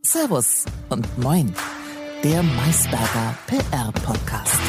Servus und Moin, der Maisberger PR-Podcast.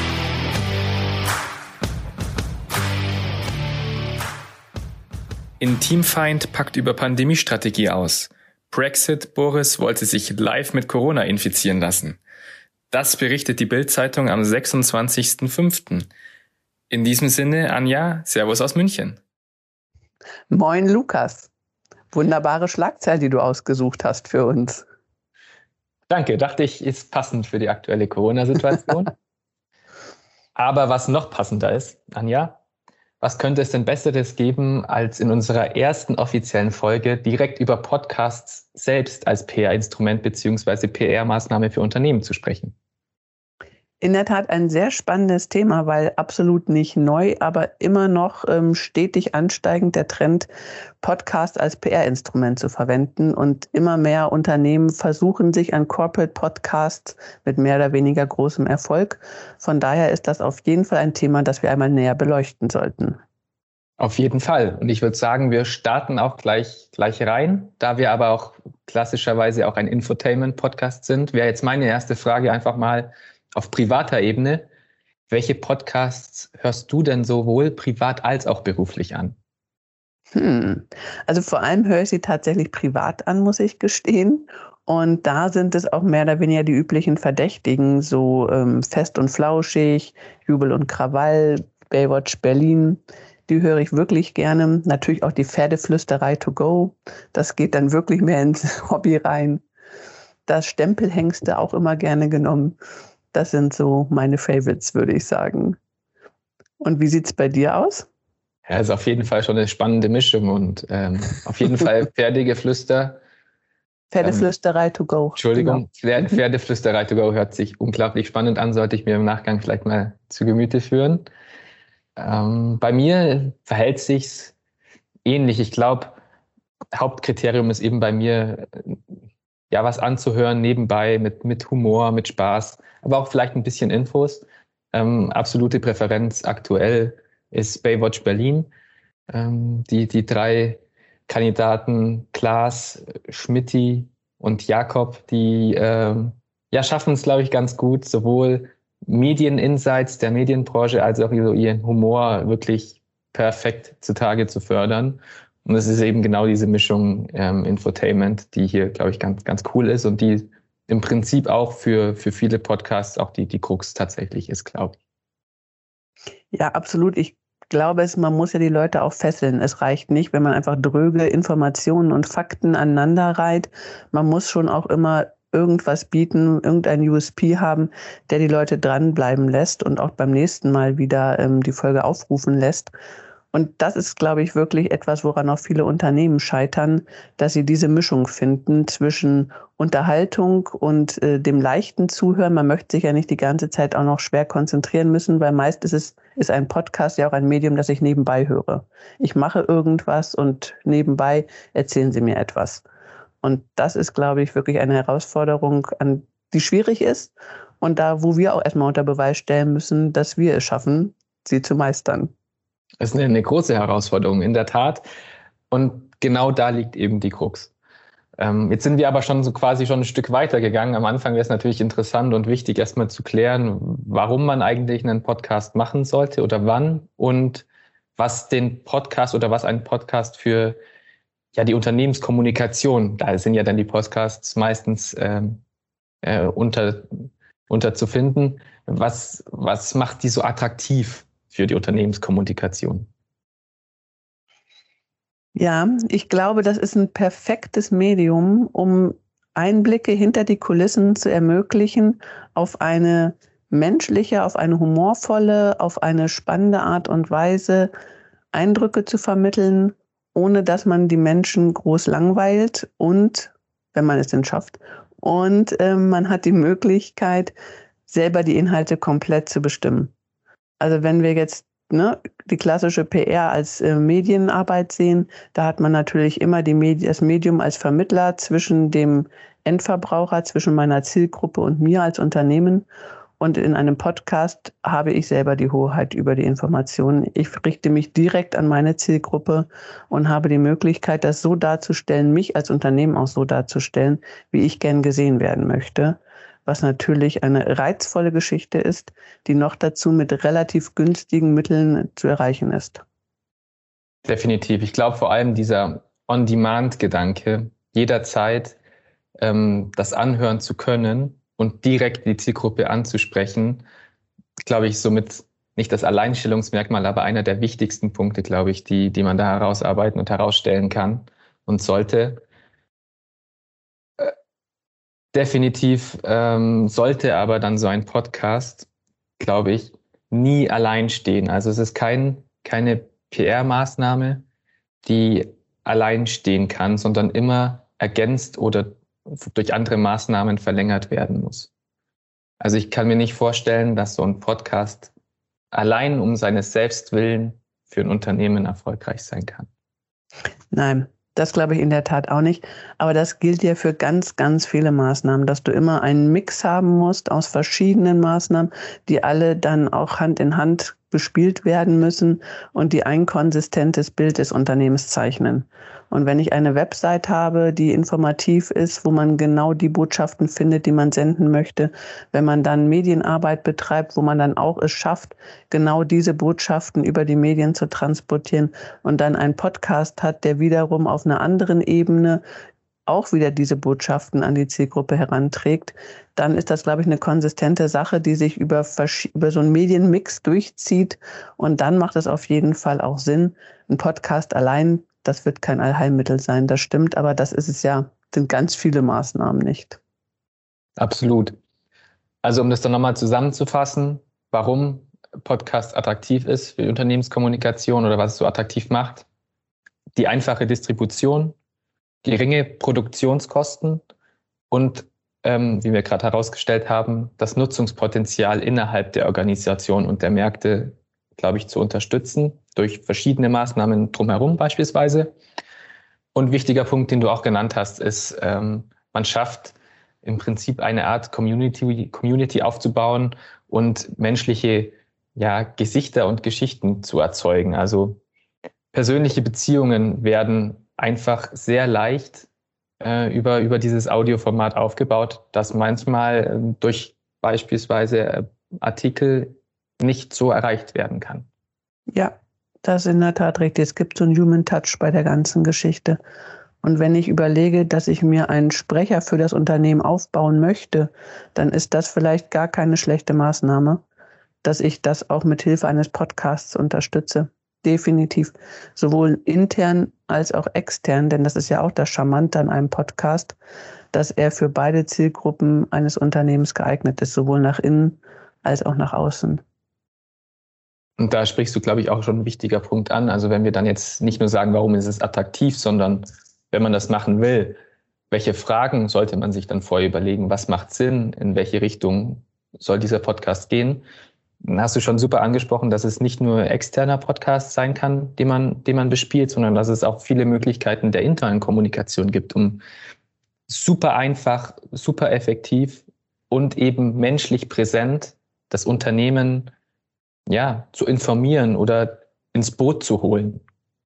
Intimfeind packt über Pandemiestrategie aus. Brexit, Boris wollte sich live mit Corona infizieren lassen. Das berichtet die Bild-Zeitung am 26.05. In diesem Sinne, Anja, Servus aus München. Moin, Lukas. Wunderbare Schlagzeile, die du ausgesucht hast für uns. Danke, dachte ich, ist passend für die aktuelle Corona-Situation. Aber was noch passender ist, Anja, was könnte es denn Besseres geben, als in unserer ersten offiziellen Folge direkt über Podcasts selbst als PR-Instrument bzw. PR-Maßnahme für Unternehmen zu sprechen? In der Tat ein sehr spannendes Thema, weil absolut nicht neu, aber immer noch stetig ansteigend der Trend, Podcasts als PR-Instrument zu verwenden. Und immer mehr Unternehmen versuchen sich an Corporate Podcasts mit mehr oder weniger großem Erfolg. Von daher ist das auf jeden Fall ein Thema, das wir einmal näher beleuchten sollten. Auf jeden Fall. Und ich würde sagen, wir starten auch gleich rein. Da wir aber auch klassischerweise auch ein Infotainment-Podcast sind, wäre jetzt meine erste Frage einfach mal auf privater Ebene. Welche Podcasts hörst du denn sowohl privat als auch beruflich an? Also vor allem höre ich sie tatsächlich privat an, muss ich gestehen. Und da sind es auch mehr oder weniger die üblichen Verdächtigen, so Fest und Flauschig, Jubel und Krawall, Baywatch Berlin. Die höre ich wirklich gerne. Natürlich auch die Pferdeflüsterei to go. Das geht dann wirklich mehr ins Hobby rein. Das Stempelhengste auch immer gerne genommen. Das sind so meine Favorites, würde ich sagen. Und wie sieht es bei dir aus? Ja, ist auf jeden Fall schon eine spannende Mischung und auf jeden Fall Pferdegeflüster. Pferdeflüsterei to go. Entschuldigung, genau. Pferdeflüsterei to go hört sich unglaublich spannend an, sollte ich mir im Nachgang vielleicht mal zu Gemüte führen. Bei mir verhält sich's ähnlich. Ich glaube, Hauptkriterium ist eben bei mir, ja, was anzuhören nebenbei mit Humor, mit Spaß, aber auch vielleicht ein bisschen Infos. Absolute Präferenz aktuell ist Baywatch Berlin. Die drei Kandidaten Klaas, Schmitty und Jakob, die schaffen es, glaube ich, ganz gut, sowohl Medieninsights der Medienbranche als auch so ihren Humor wirklich perfekt zutage zu fördern. Und es ist eben genau diese Mischung Infotainment, die hier, glaube ich, ganz, ganz cool ist und die im Prinzip auch für viele Podcasts auch die Krux tatsächlich ist, glaube ich. Ja, absolut. Ich glaube, man muss ja die Leute auch fesseln. Es reicht nicht, wenn man einfach dröge Informationen und Fakten aneinander reiht. Man muss schon auch immer irgendwas bieten, irgendein USP haben, der die Leute dranbleiben lässt und auch beim nächsten Mal wieder die Folge aufrufen lässt. Und das ist, glaube ich, wirklich etwas, woran auch viele Unternehmen scheitern, dass sie diese Mischung finden zwischen Unterhaltung und dem leichten Zuhören. Man möchte sich ja nicht die ganze Zeit auch noch schwer konzentrieren müssen, weil meist ist ein Podcast ja auch ein Medium, das ich nebenbei höre. Ich mache irgendwas und nebenbei erzählen sie mir etwas. Und das ist, glaube ich, wirklich eine Herausforderung, die schwierig ist und da, wo wir auch erstmal unter Beweis stellen müssen, dass wir es schaffen, sie zu meistern. Das ist eine große Herausforderung, in der Tat. Und genau da liegt eben die Krux. Jetzt sind wir aber schon ein Stück weiter gegangen. Am Anfang wäre es natürlich interessant und wichtig, erstmal zu klären, warum man eigentlich einen Podcast machen sollte oder wann und was den Podcast oder was ein Podcast für die Unternehmenskommunikation, da sind ja dann die Podcasts meistens unter zu finden. Was macht die so attraktiv für die Unternehmenskommunikation? Ja, ich glaube, das ist ein perfektes Medium, um Einblicke hinter die Kulissen zu ermöglichen, auf eine menschliche, auf eine humorvolle, auf eine spannende Art und Weise Eindrücke zu vermitteln, ohne dass man die Menschen groß langweilt und, wenn man es denn schafft, und man hat die Möglichkeit, selber die Inhalte komplett zu bestimmen. Also wenn wir jetzt die klassische PR als Medienarbeit sehen, da hat man natürlich immer das Medium als Vermittler zwischen dem Endverbraucher, zwischen meiner Zielgruppe und mir als Unternehmen. Und in einem Podcast habe ich selber die Hoheit über die Informationen. Ich richte mich direkt an meine Zielgruppe und habe die Möglichkeit, das so darzustellen, mich als Unternehmen auch so darzustellen, wie ich gern gesehen werden möchte. Was natürlich eine reizvolle Geschichte ist, die noch dazu mit relativ günstigen Mitteln zu erreichen ist. Definitiv. Ich glaube vor allem dieser On-Demand-Gedanke, jederzeit das anhören zu können und direkt die Zielgruppe anzusprechen, glaube ich, somit nicht das Alleinstellungsmerkmal, aber einer der wichtigsten Punkte, glaube ich, die man da herausarbeiten und herausstellen kann und sollte. Definitiv sollte aber dann so ein Podcast, glaube ich, nie allein stehen. Also es ist keine PR-Maßnahme, die allein stehen kann, sondern immer ergänzt oder durch andere Maßnahmen verlängert werden muss. Also ich kann mir nicht vorstellen, dass so ein Podcast allein um seines Selbst willen für ein Unternehmen erfolgreich sein kann. Nein, das glaube ich in der Tat auch nicht. Aber das gilt ja für ganz, ganz viele Maßnahmen, dass du immer einen Mix haben musst aus verschiedenen Maßnahmen, die alle dann auch Hand in Hand bespielt werden müssen und die ein konsistentes Bild des Unternehmens zeichnen. Und wenn ich eine Website habe, die informativ ist, wo man genau die Botschaften findet, die man senden möchte, wenn man dann Medienarbeit betreibt, wo man dann auch es schafft, genau diese Botschaften über die Medien zu transportieren und dann einen Podcast hat, der wiederum auf einer anderen Ebene auch wieder diese Botschaften an die Zielgruppe heranträgt, dann ist das, glaube ich, eine konsistente Sache, die sich über so einen Medienmix durchzieht. Und dann macht es auf jeden Fall auch Sinn. Ein Podcast allein, das wird kein Allheilmittel sein, das stimmt, aber das ist es ja, sind ganz viele Maßnahmen nicht. Absolut. Also um das dann nochmal zusammenzufassen, warum Podcast attraktiv ist für die Unternehmenskommunikation oder was es so attraktiv macht. Die einfache Distribution, geringe Produktionskosten und, wie wir gerade herausgestellt haben, das Nutzungspotenzial innerhalb der Organisation und der Märkte, glaube ich, zu unterstützen, durch verschiedene Maßnahmen drumherum beispielsweise. Und wichtiger Punkt, den du auch genannt hast, ist, man schafft im Prinzip eine Art Community aufzubauen und menschliche Gesichter und Geschichten zu erzeugen. Also persönliche Beziehungen werden einfach sehr leicht über dieses Audioformat aufgebaut, das manchmal durch beispielsweise Artikel nicht so erreicht werden kann. Ja, das ist in der Tat richtig. Es gibt so einen Human Touch bei der ganzen Geschichte. Und wenn ich überlege, dass ich mir einen Sprecher für das Unternehmen aufbauen möchte, dann ist das vielleicht gar keine schlechte Maßnahme, dass ich das auch mit Hilfe eines Podcasts unterstütze. Definitiv. Sowohl intern als auch extern, denn das ist ja auch das Charmante an einem Podcast, dass er für beide Zielgruppen eines Unternehmens geeignet ist, sowohl nach innen als auch nach außen. Und da sprichst du, glaube ich, auch schon ein wichtiger Punkt an. Also wenn wir dann jetzt nicht nur sagen, warum ist es attraktiv, sondern wenn man das machen will, welche Fragen sollte man sich dann vorher überlegen? Was macht Sinn? In welche Richtung soll dieser Podcast gehen? Dann hast du schon super angesprochen, dass es nicht nur externer Podcast sein kann, den man bespielt, sondern dass es auch viele Möglichkeiten der internen Kommunikation gibt, um super einfach, super effektiv und eben menschlich präsent das Unternehmen zu informieren oder ins Boot zu holen.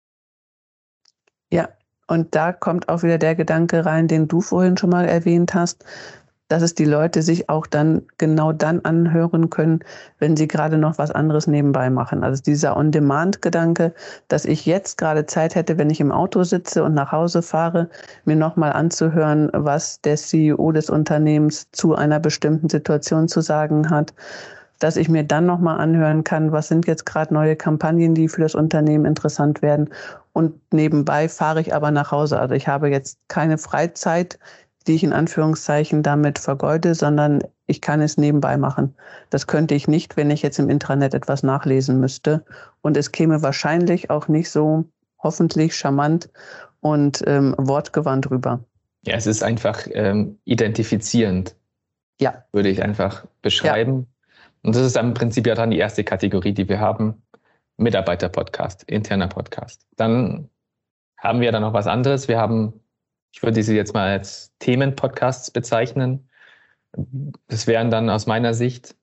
Ja, und da kommt auch wieder der Gedanke rein, den du vorhin schon mal erwähnt hast, dass es die Leute sich auch dann genau dann anhören können, wenn sie gerade noch was anderes nebenbei machen. Also dieser On-Demand-Gedanke, dass ich jetzt gerade Zeit hätte, wenn ich im Auto sitze und nach Hause fahre, mir nochmal anzuhören, was der CEO des Unternehmens zu einer bestimmten Situation zu sagen hat, dass ich mir dann nochmal anhören kann, was sind jetzt gerade neue Kampagnen, die für das Unternehmen interessant werden. Und nebenbei fahre ich aber nach Hause. Also ich habe jetzt keine Freizeit, die ich in Anführungszeichen damit vergeude, sondern ich kann es nebenbei machen. Das könnte ich nicht, wenn ich jetzt im Intranet etwas nachlesen müsste. Und es käme wahrscheinlich auch nicht so hoffentlich charmant und wortgewandt rüber. Ja, es ist einfach identifizierend, würde ich einfach beschreiben. Ja. Und das ist im Prinzip ja dann die erste Kategorie, die wir haben. Mitarbeiter-Podcast, interner Podcast. Dann haben wir dann noch was anderes. Wir haben, ich würde sie jetzt mal als Themen-Podcasts bezeichnen. Das wären dann aus meiner Sicht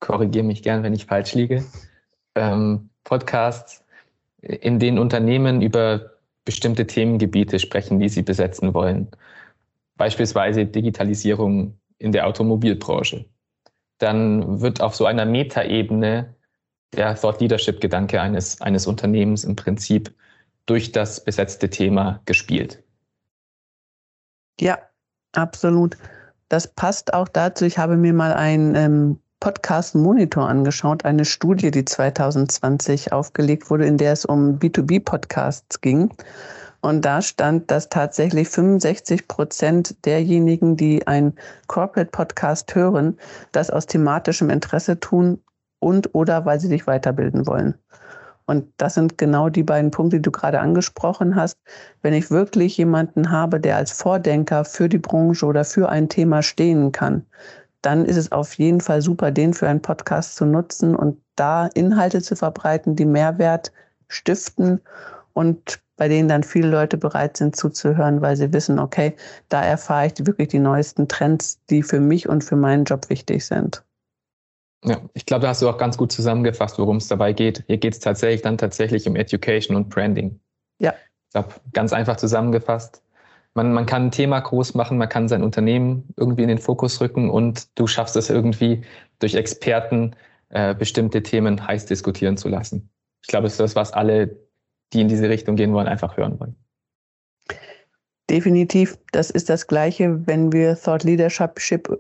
korrigiere mich gern, wenn ich falsch liege, Podcasts, in denen Unternehmen über bestimmte Themengebiete sprechen, die sie besetzen wollen. Beispielsweise Digitalisierung in der Automobilbranche. Dann wird auf so einer Metaebene der Thought Leadership-Gedanke eines Unternehmens im Prinzip durch das besetzte Thema gespielt. Ja, absolut. Das passt auch dazu. Ich habe mir mal einen Podcast-Monitor angeschaut, eine Studie, die 2020 aufgelegt wurde, in der es um B2B-Podcasts ging. Und da stand, dass tatsächlich 65% derjenigen, die einen Corporate-Podcast hören, das aus thematischem Interesse tun und oder weil sie sich weiterbilden wollen. Und das sind genau die beiden Punkte, die du gerade angesprochen hast. Wenn ich wirklich jemanden habe, der als Vordenker für die Branche oder für ein Thema stehen kann, dann ist es auf jeden Fall super, den für einen Podcast zu nutzen und da Inhalte zu verbreiten, die Mehrwert stiften und bei denen dann viele Leute bereit sind zuzuhören, weil sie wissen, okay, da erfahre ich wirklich die neuesten Trends, die für mich und für meinen Job wichtig sind. Ja, ich glaube, da hast du auch ganz gut zusammengefasst, worum es dabei geht. Hier geht es tatsächlich um Education und Branding. Ja. Ich glaube, ganz einfach zusammengefasst. Man kann ein Thema groß machen, man kann sein Unternehmen irgendwie in den Fokus rücken und du schaffst es irgendwie durch Experten bestimmte Themen heiß diskutieren zu lassen. Ich glaube, es ist das, was alle, die in diese Richtung gehen wollen, einfach hören wollen. Definitiv. Das ist das Gleiche, wenn wir Thought Leadership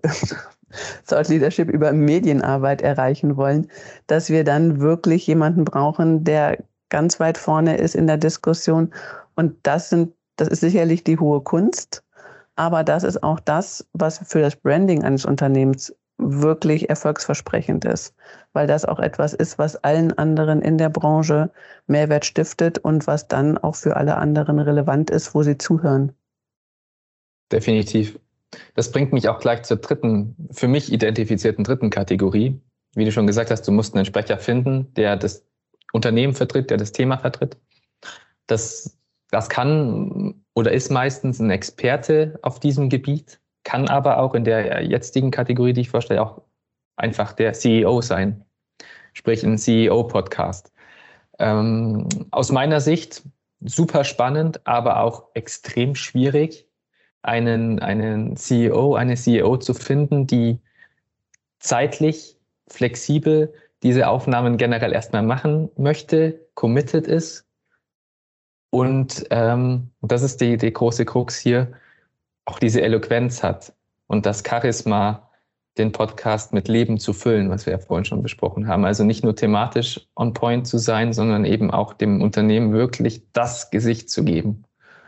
über Medienarbeit erreichen wollen, dass wir dann wirklich jemanden brauchen, der ganz weit vorne ist in der Diskussion. Und das ist sicherlich die hohe Kunst, aber das ist auch das, was für das Branding eines Unternehmens wirklich erfolgsversprechend ist, weil das auch etwas ist, was allen anderen in der Branche Mehrwert stiftet und was dann auch für alle anderen relevant ist, wo sie zuhören. Definitiv. Das bringt mich auch gleich zur für mich identifizierten dritten Kategorie. Wie du schon gesagt hast, du musst einen Sprecher finden, der das Unternehmen vertritt, der das Thema vertritt. Das kann oder ist meistens ein Experte auf diesem Gebiet, kann aber auch in der jetzigen Kategorie, die ich vorstelle, auch einfach der CEO sein. Sprich ein CEO-Podcast. Aus meiner Sicht super spannend, aber auch extrem schwierig, einen CEO, eine CEO zu finden, die zeitlich flexibel diese Aufnahmen generell erstmal machen möchte, committed ist. Und das ist die große Krux hier, auch diese Eloquenz hat und das Charisma, den Podcast mit Leben zu füllen, was wir ja vorhin schon besprochen haben. Also nicht nur thematisch on point zu sein, sondern eben auch dem Unternehmen wirklich das Gesicht zu geben.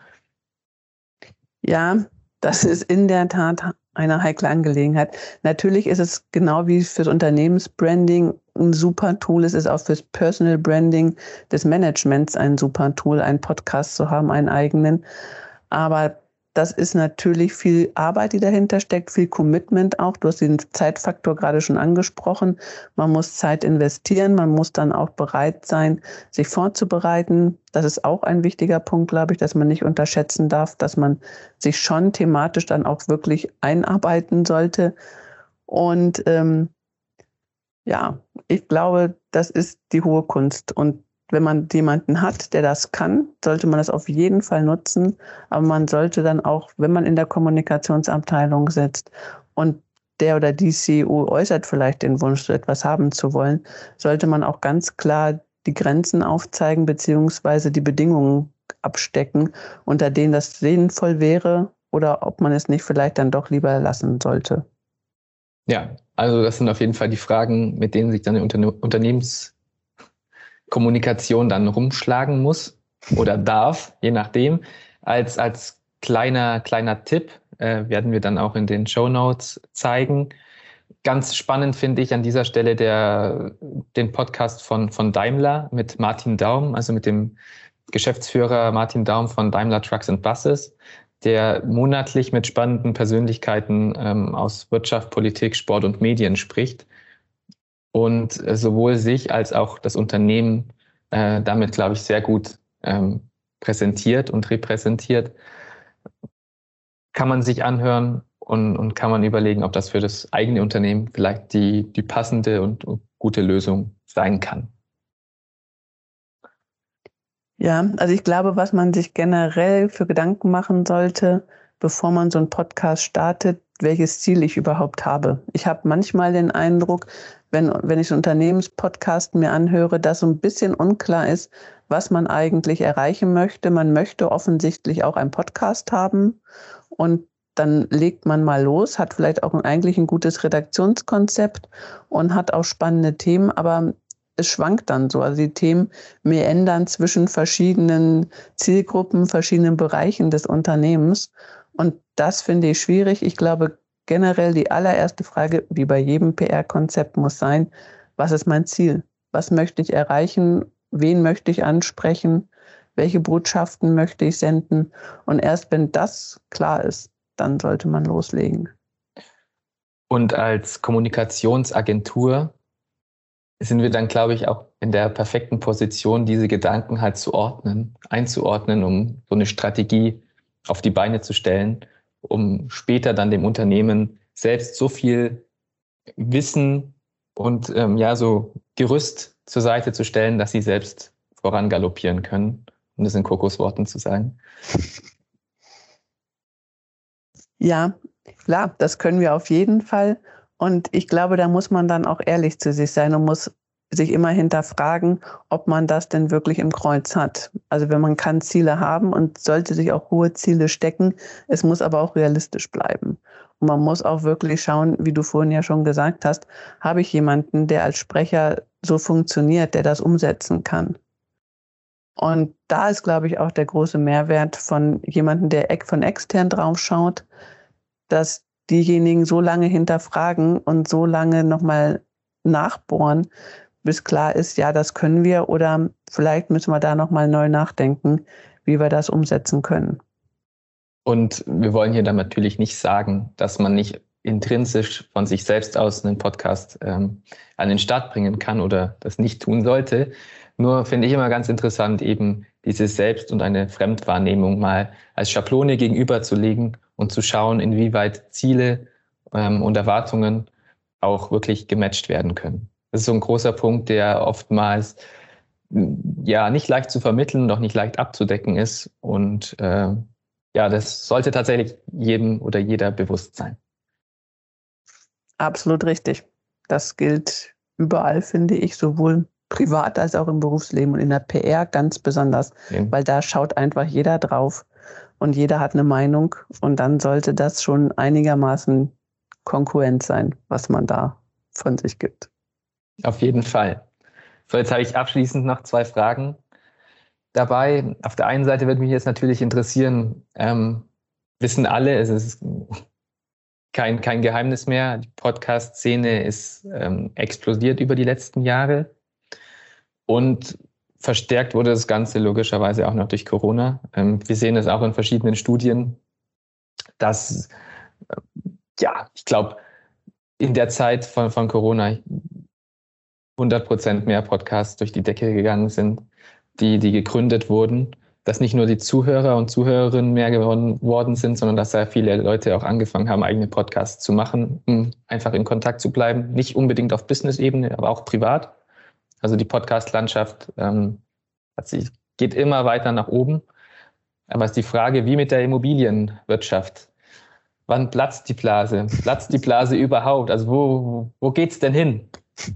Ja, das ist in der Tat eine heikle Angelegenheit. Natürlich ist es genau wie fürs Unternehmensbranding ein super Tool. Es ist auch fürs Personal Branding des Managements ein super Tool, einen Podcast zu haben, einen eigenen. Aber das ist natürlich viel Arbeit, die dahinter steckt, viel Commitment auch. Du hast den Zeitfaktor gerade schon angesprochen. Man muss Zeit investieren, man muss dann auch bereit sein, sich vorzubereiten. Das ist auch ein wichtiger Punkt, glaube ich, dass man nicht unterschätzen darf, dass man sich schon thematisch dann auch wirklich einarbeiten sollte. Und ja, ich glaube, das ist die hohe Kunst. Und wenn man jemanden hat, der das kann, sollte man das auf jeden Fall nutzen. Aber man sollte dann auch, wenn man in der Kommunikationsabteilung sitzt und der oder die CEO äußert vielleicht den Wunsch, so etwas haben zu wollen, sollte man auch ganz klar die Grenzen aufzeigen beziehungsweise die Bedingungen abstecken, unter denen das sinnvoll wäre oder ob man es nicht vielleicht dann doch lieber lassen sollte. Ja, also das sind auf jeden Fall die Fragen, mit denen sich dann eine Unternehmenskommunikation dann rumschlagen muss oder darf, je nachdem. Als kleiner Tipp werden wir dann auch in den Shownotes zeigen. Ganz spannend finde ich an dieser Stelle den Podcast von Daimler mit Martin Daum, also mit dem Geschäftsführer Martin Daum von Daimler Trucks and Buses, der monatlich mit spannenden Persönlichkeiten aus Wirtschaft, Politik, Sport und Medien spricht und sowohl sich als auch das Unternehmen damit, glaube ich, sehr gut präsentiert und repräsentiert. Kann man sich anhören und kann man überlegen, ob das für das eigene Unternehmen vielleicht die passende und gute Lösung sein kann. Ja, also ich glaube, was man sich generell für Gedanken machen sollte, bevor man so einen Podcast startet, welches Ziel ich überhaupt habe. Ich habe manchmal den Eindruck, wenn ich so einen Unternehmenspodcast mir anhöre, dass so ein bisschen unklar ist, was man eigentlich erreichen möchte. Man möchte offensichtlich auch einen Podcast haben und dann legt man mal los, hat vielleicht auch eigentlich ein gutes Redaktionskonzept und hat auch spannende Themen, aber es schwankt dann so. Also die Themen meandern zwischen verschiedenen Zielgruppen, verschiedenen Bereichen des Unternehmens. Und das finde ich schwierig. Ich glaube, generell die allererste Frage, wie bei jedem PR-Konzept, muss sein, was ist mein Ziel? Was möchte ich erreichen? Wen möchte ich ansprechen? Welche Botschaften möchte ich senden? Und erst wenn das klar ist, dann sollte man loslegen. Und als Kommunikationsagentur sind wir dann, glaube ich, auch in der perfekten Position, diese Gedanken halt einzuordnen, um so eine Strategie auf die Beine zu stellen, um später dann dem Unternehmen selbst so viel Wissen und so Gerüst zur Seite zu stellen, dass sie selbst vorangaloppieren können, um das in Kokosworten zu sagen. Ja, klar, das können wir auf jeden Fall. Und ich glaube, da muss man dann auch ehrlich zu sich sein und muss sich immer hinterfragen, ob man das denn wirklich im Kreuz hat. Also wenn man kann Ziele haben und sollte sich auch hohe Ziele stecken, es muss aber auch realistisch bleiben. Und man muss auch wirklich schauen, wie du vorhin ja schon gesagt hast, habe ich jemanden, der als Sprecher so funktioniert, der das umsetzen kann. Und da ist, glaube ich, auch der große Mehrwert von jemandem, der von extern drauf schaut, dass diejenigen so lange hinterfragen und so lange nochmal nachbohren, bis klar ist, ja, das können wir oder vielleicht müssen wir da nochmal neu nachdenken, wie wir das umsetzen können. Und wir wollen hier dann natürlich nicht sagen, dass man nicht intrinsisch von sich selbst aus einen Podcast an den Start bringen kann oder das nicht tun sollte. Nur finde ich immer ganz interessant, eben diese Selbst- und eine Fremdwahrnehmung mal als Schablone gegenüberzulegen und zu schauen, inwieweit Ziele und Erwartungen auch wirklich gematcht werden können. Das ist so ein großer Punkt, der oftmals nicht leicht zu vermitteln und auch nicht leicht abzudecken ist. Und das sollte tatsächlich jedem oder jeder bewusst sein. Absolut richtig. Das gilt überall, finde ich, sowohl privat als auch im Berufsleben und in der PR ganz besonders, weil da schaut einfach jeder drauf und jeder hat eine Meinung und dann sollte das schon einigermaßen kongruent sein, was man da von sich gibt. Auf jeden Fall. So, jetzt habe ich abschließend noch 2 Fragen dabei. Auf der einen Seite würde mich jetzt natürlich interessieren, wissen alle, es ist kein Geheimnis mehr, die Podcast-Szene ist explodiert über die letzten Jahre und verstärkt wurde das Ganze logischerweise auch noch durch Corona. Wir sehen es auch in verschiedenen Studien, dass, ich glaube, in der Zeit von Corona 100% mehr Podcasts durch die Decke gegangen sind, die gegründet wurden, dass nicht nur die Zuhörer und Zuhörerinnen mehr geworden sind, sondern dass sehr viele Leute auch angefangen haben, eigene Podcasts zu machen, um einfach in Kontakt zu bleiben. Nicht unbedingt auf Business-Ebene, aber auch privat. Also die Podcast-Landschaft geht immer weiter nach oben. Aber es ist die Frage, wie mit der Immobilienwirtschaft. Wann platzt die Blase? Platzt die Blase überhaupt? Also wo geht's denn hin?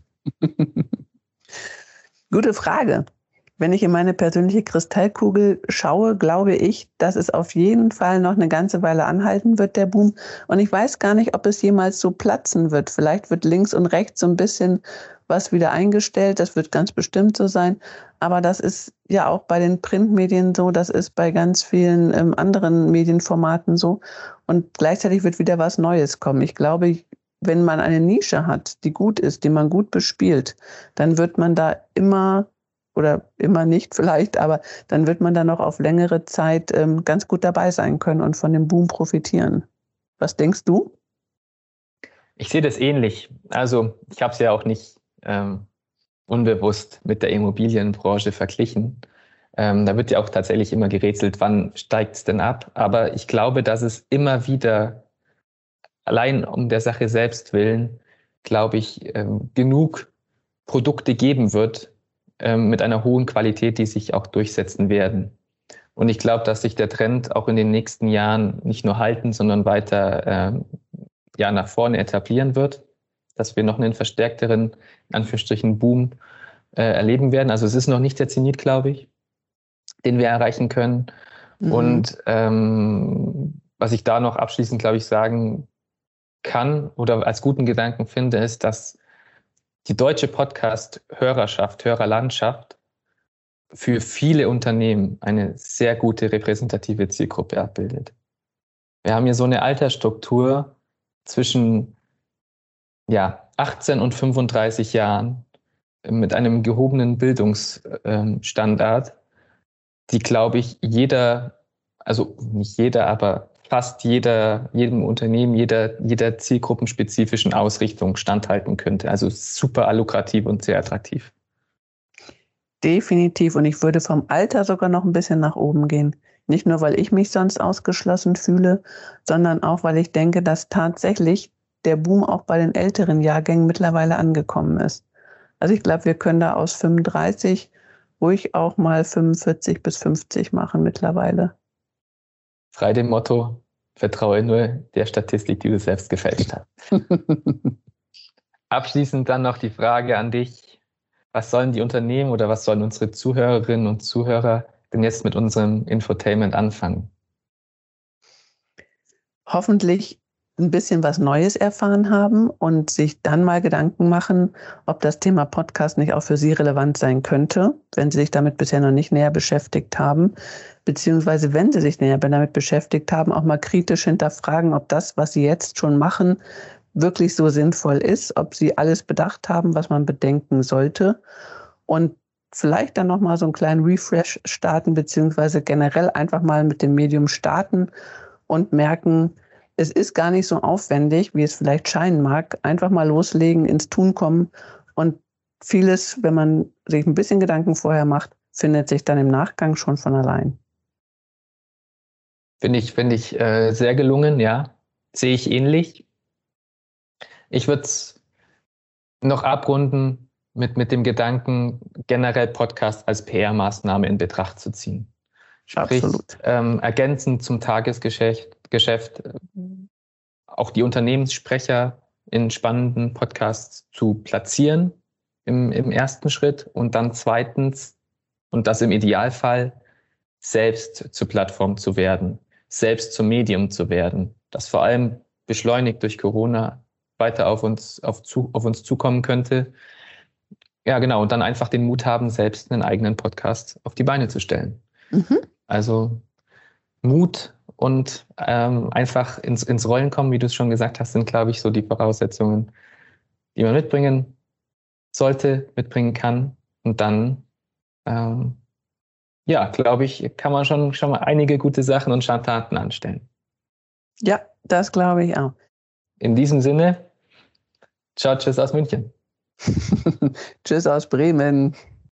Gute Frage. Wenn ich in meine persönliche Kristallkugel schaue, glaube ich, dass es auf jeden Fall noch eine ganze Weile anhalten wird, der Boom. Und ich weiß gar nicht, ob es jemals so platzen wird. Vielleicht wird links und rechts so ein bisschen was wieder eingestellt. Das wird ganz bestimmt so sein. Aber das ist ja auch bei den Printmedien so. Das ist bei ganz vielen anderen Medienformaten so. Und gleichzeitig wird wieder was Neues kommen. Ich glaube, wenn man eine Nische hat, die gut ist, die man gut bespielt, dann wird man da immer oder immer nicht vielleicht, aber dann wird man da noch auf längere Zeit ganz gut dabei sein können und von dem Boom profitieren. Was denkst du? Ich sehe das ähnlich. Also ich habe es ja auch nicht unbewusst mit der Immobilienbranche verglichen. Da wird ja auch tatsächlich immer gerätselt, wann steigt es denn ab? Aber ich glaube, dass es immer wieder allein um der Sache selbst willen, glaube ich, genug Produkte geben wird mit einer hohen Qualität, die sich auch durchsetzen werden. Und ich glaube, dass sich der Trend auch in den nächsten Jahren nicht nur halten, sondern weiter nach vorne etablieren wird, dass wir noch einen verstärkteren, in Anführungsstrichen, Boom erleben werden. Also es ist noch nicht der Zenit, glaube ich, den wir erreichen können. Mhm. Und was ich da noch abschließend, glaube ich, sagen kann oder als guten Gedanken finde, ist, dass die deutsche Podcast-Hörerschaft, Hörerlandschaft für viele Unternehmen eine sehr gute repräsentative Zielgruppe abbildet. Wir haben hier so eine Altersstruktur zwischen 18 und 35 Jahren mit einem gehobenen Bildungsstandard, die, glaube ich, also nicht jeder, aber fast jedem Unternehmen, jeder zielgruppenspezifischen Ausrichtung standhalten könnte. Also super lukrativ und sehr attraktiv. Definitiv. Und ich würde vom Alter sogar noch ein bisschen nach oben gehen. Nicht nur, weil ich mich sonst ausgeschlossen fühle, sondern auch, weil ich denke, dass tatsächlich der Boom auch bei den älteren Jahrgängen mittlerweile angekommen ist. Also ich glaube, wir können da aus 35 ruhig auch mal 45 bis 50 machen mittlerweile. Frei dem Motto, vertraue nur der Statistik, die du selbst gefälscht hast. Abschließend dann noch die Frage an dich. Was sollen die Unternehmen oder was sollen unsere Zuhörerinnen und Zuhörer denn jetzt mit unserem Infotainment anfangen? Hoffentlich ein bisschen was Neues erfahren haben und sich dann mal Gedanken machen, ob das Thema Podcast nicht auch für Sie relevant sein könnte, wenn Sie sich damit bisher noch nicht näher beschäftigt haben, beziehungsweise wenn Sie sich näher damit beschäftigt haben, auch mal kritisch hinterfragen, ob das, was Sie jetzt schon machen, wirklich so sinnvoll ist, ob Sie alles bedacht haben, was man bedenken sollte und vielleicht dann nochmal so einen kleinen Refresh starten, beziehungsweise generell einfach mal mit dem Medium starten und merken, es ist gar nicht so aufwendig, wie es vielleicht scheinen mag. Einfach mal loslegen, ins Tun kommen und vieles, wenn man sich ein bisschen Gedanken vorher macht, findet sich dann im Nachgang schon von allein. Finde ich sehr gelungen, ja. Sehe ich ähnlich. Ich würde es noch abrunden mit dem Gedanken, generell Podcast als PR-Maßnahme in Betracht zu ziehen. Sprich, ergänzend zum Tagesgeschäft auch die Unternehmenssprecher in spannenden Podcasts zu platzieren im ersten Schritt und dann zweitens, und das im Idealfall, selbst zur Plattform zu werden, selbst zum Medium zu werden, das vor allem beschleunigt durch Corona weiter auf uns zukommen könnte. Ja, genau, und dann einfach den Mut haben, selbst einen eigenen Podcast auf die Beine zu stellen. Mhm. Also Mut und einfach ins Rollen kommen, wie du es schon gesagt hast, sind, glaube ich, so die Voraussetzungen, die man mitbringen sollte, mitbringen kann. Und dann, glaube ich, kann man schon mal einige gute Sachen und Schandtaten anstellen. Ja, das glaube ich auch. In diesem Sinne, ciao, tschüss aus München. Tschüss aus Bremen.